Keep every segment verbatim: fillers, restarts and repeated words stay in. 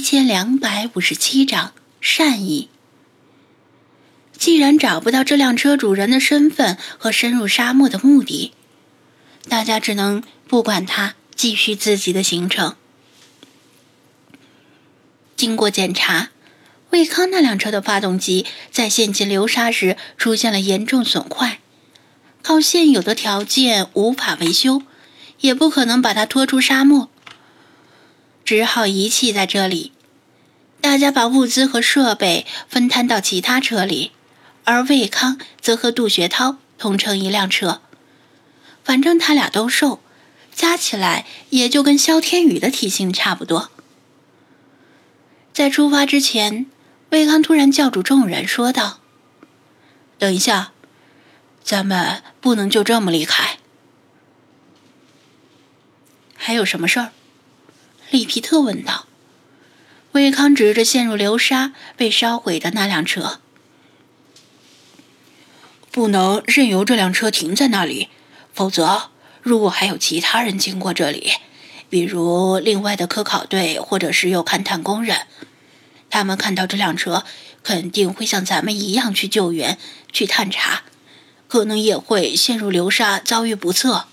千两百五十七章善意。既然找不到这辆车主人的身份和深入沙漠的目的，大家只能不管它，继续自己的行程。经过检查，卫康那辆车的发动机在陷进流沙时出现了严重损坏，靠现有的条件无法维修，也不可能把它拖出沙漠，只好遗弃在这里。大家把物资和设备分摊到其他车里，而卫康则和杜学涛同乘一辆车。反正他俩都瘦，加起来也就跟萧天宇的体型差不多。在出发之前，卫康突然叫住众人说道：“等一下，咱们不能就这么离开。”还有什么事儿？里皮特问道。卫康指着陷入流沙被烧毁的那辆车：“不能任由这辆车停在那里，否则如果还有其他人经过这里，比如另外的科考队或者石油勘探工人，他们看到这辆车肯定会像咱们一样去救援，去探查，可能也会陷入流沙遭遇不测。”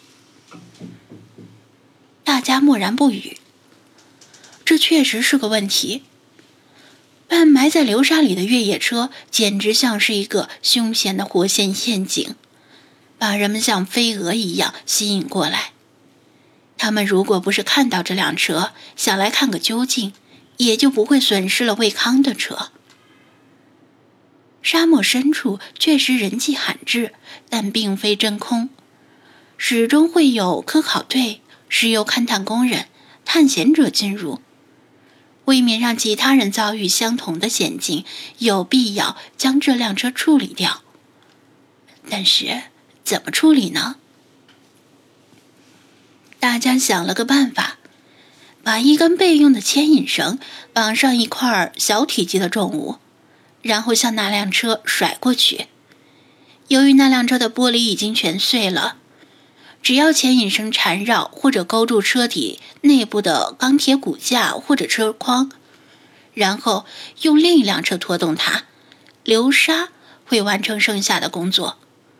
大家默然不语。这确实是个问题。半埋在流沙里的越野车简直像是一个凶险的活陷陷阱，把人们像飞蛾一样吸引过来。他们如果不是看到这辆车，想来看个究竟，也就不会损失了卫康的车。沙漠深处确实人迹罕至，但并非真空，始终会有科考队、石油勘探工人、探险者进入。为免让其他人遭遇相同的险境，有必要将这辆车处理掉。但是怎么处理呢？大家想了个办法，把一根备用的牵引绳绑上一块小体积的重物，然后向那辆车甩过去。由于那辆车的玻璃已经全碎了，只要牵引绳缠绕或者勾住车体内部的钢铁骨架或者车筐，然后用另一辆车拖动它，流沙会完成剩下的工作。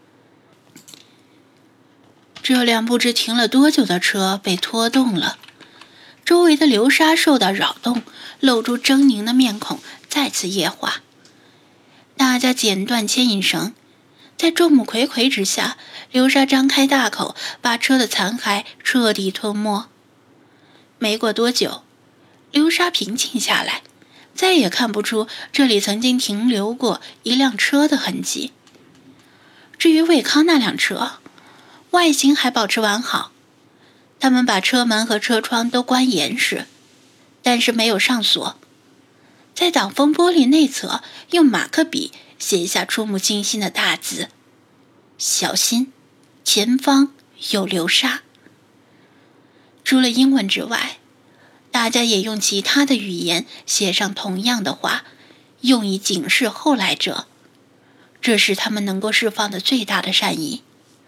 这辆不知停了多久的车被拖动了，周围的流沙受到扰动，露出狰狞的面孔，再次液化。大家剪断牵引绳，在众目睽睽之下，流沙张开大口，把车的残骸彻底吞没。没过多久，流沙平静下来，再也看不出这里曾经停留过一辆车的痕迹。至于卫康那辆车，外形还保持完好，他们把车门和车窗都关严实，但是没有上锁。在挡风玻璃内侧用马克笔写下触目惊心的大字：小心，前方有流沙。除了英文之外，大家也用其他的语言写上同样的话，用以警示后来者。这是他们能够释放的最大的善意。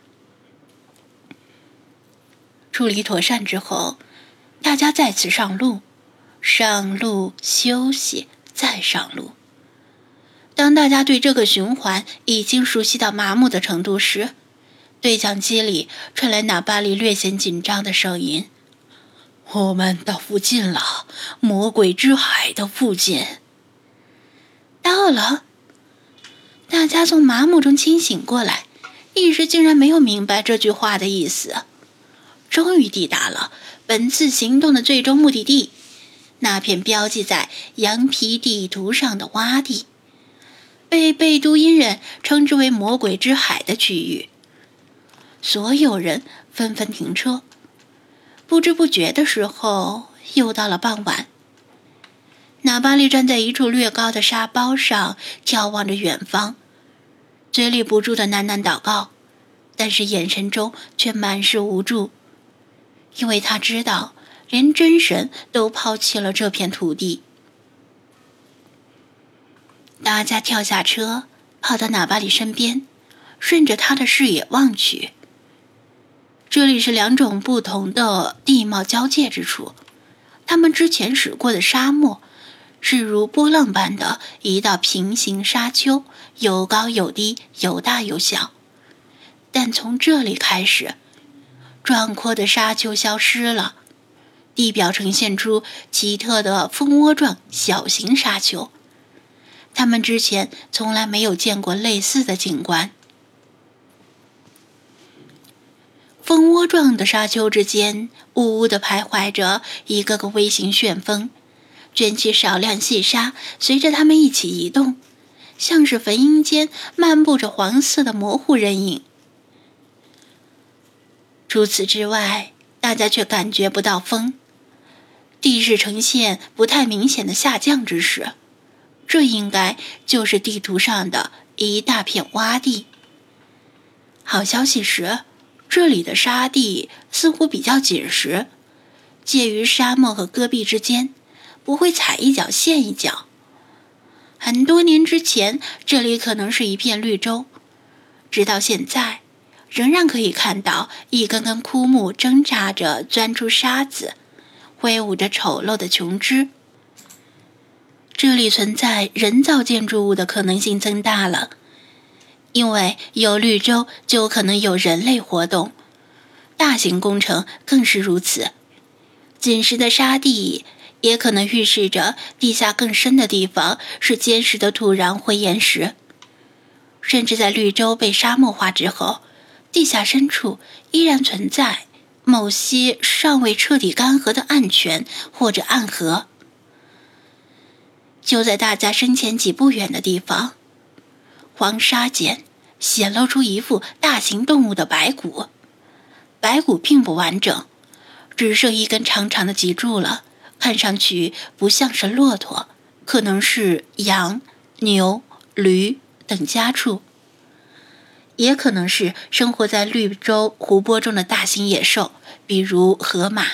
处理妥善之后，大家再次上路，上路休息，再上路。当大家对这个循环已经熟悉到麻木的程度时，对讲机里传来纳巴里略显紧张的声音：“我们到附近了，魔鬼之海的附近。”到了。大家从麻木中清醒过来，一时竟然没有明白这句话的意思。终于抵达了本次行动的最终目的地，那片标记在羊皮地图上的洼地，被贝都因人称之为魔鬼之海的区域。所有人纷纷停车，不知不觉的时候又到了傍晚。纳巴利站在一处略高的沙包上，眺望着远方，嘴里不住地喃喃祷告，但是眼神中却满是无助，因为他知道连真神都抛弃了这片土地。大家跳下车，跑到纳巴里身边，顺着他的视野望去。这里是两种不同的地貌交界之处，他们之前驶过的沙漠是如波浪般的一道平行沙丘，有高有低，有大有小。但从这里开始，壮阔的沙丘消失了，地表呈现出奇特的蜂窝状小型沙丘。他们之前从来没有见过类似的景观。蜂窝状的沙丘之间，呜呜地徘徊着一个个微型旋风，卷起少量细沙，随着它们一起移动，像是坟茔间漫步着黄色的模糊人影。除此之外，大家却感觉不到风，地势呈现不太明显的下降之势，这应该就是地图上的一大片洼地。好消息是，这里的沙地似乎比较紧实，介于沙漠和戈壁之间，不会踩一脚陷一脚。很多年之前，这里可能是一片绿洲，直到现在，仍然可以看到一根根枯木挣扎着钻出沙子，挥舞着丑陋的琼枝。这里存在人造建筑物的可能性增大了，因为有绿洲就可能有人类活动，大型工程更是如此。紧实的沙地也可能预示着地下更深的地方是坚实的土壤或岩石，甚至在绿洲被沙漠化之后，地下深处依然存在某些尚未彻底干涸的暗泉或者暗河。就在大家身前几步远的地方，黄沙间显露出一副大型动物的白骨，白骨并不完整，只剩一根长长的脊柱了，看上去不像是骆驼，可能是羊、牛、驴等家畜，也可能是生活在绿洲湖泊中的大型野兽，比如河马。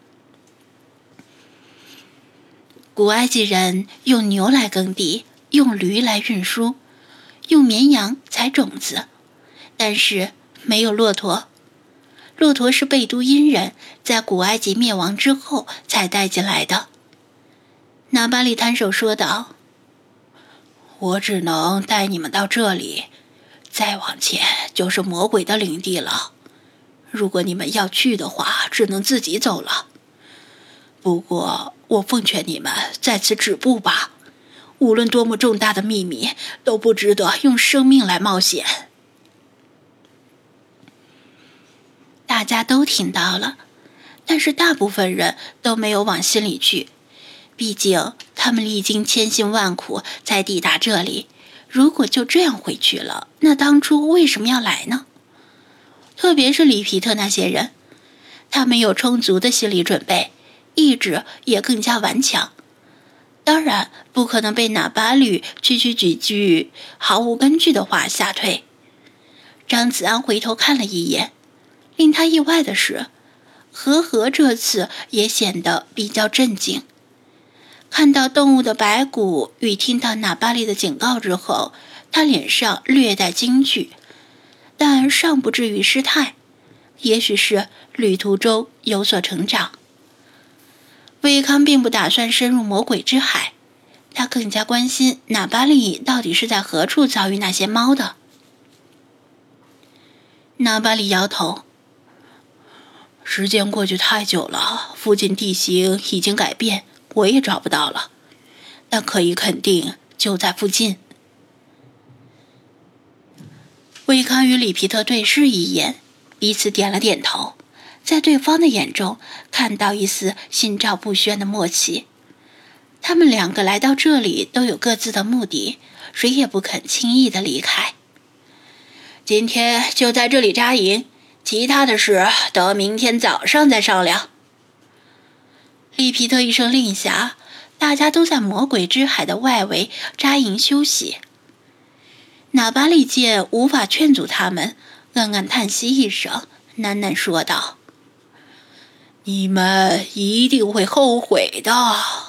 古埃及人用牛来耕地，用驴来运输，用绵羊采种子，但是没有骆驼。骆驼是贝都因人在古埃及灭亡之后才带进来的。拿巴利摊手说道：“我只能带你们到这里，再往前就是魔鬼的领地了。如果你们要去的话，只能自己走了。不过我奉劝你们在此止步吧，无论多么重大的秘密，都不值得用生命来冒险。”大家都听到了，但是大部分人都没有往心里去，毕竟他们历经千辛万苦才抵达这里，如果就这样回去了，那当初为什么要来呢？特别是里皮特那些人，他们有充足的心理准备，意志也更加顽强，当然不可能被哪巴吕区区几句毫无根据的话吓退。张子安回头看了一眼，令他意外的是，和和这次也显得比较镇静。看到动物的白骨与听到哪巴利的警告之后，他脸上略带惊惧，但尚不至于失态，也许是旅途中有所成长。威康并不打算深入魔鬼之海，他更加关心哪巴利到底是在何处遭遇那些猫的。哪巴利摇头：“时间过去太久了，附近地形已经改变，我也找不到了，但可以肯定就在附近。”威康与里皮特对视一眼，彼此点了点头，在对方的眼中看到一丝心照不宣的默契。他们两个来到这里都有各自的目的，谁也不肯轻易的离开。今天就在这里扎营，其他的事等明天早上再商量。里皮特一声令下，大家都在魔鬼之海的外围扎营休息。哪巴利见无法劝阻他们，暗暗叹息一声，喃喃说道：“你们一定会后悔的。”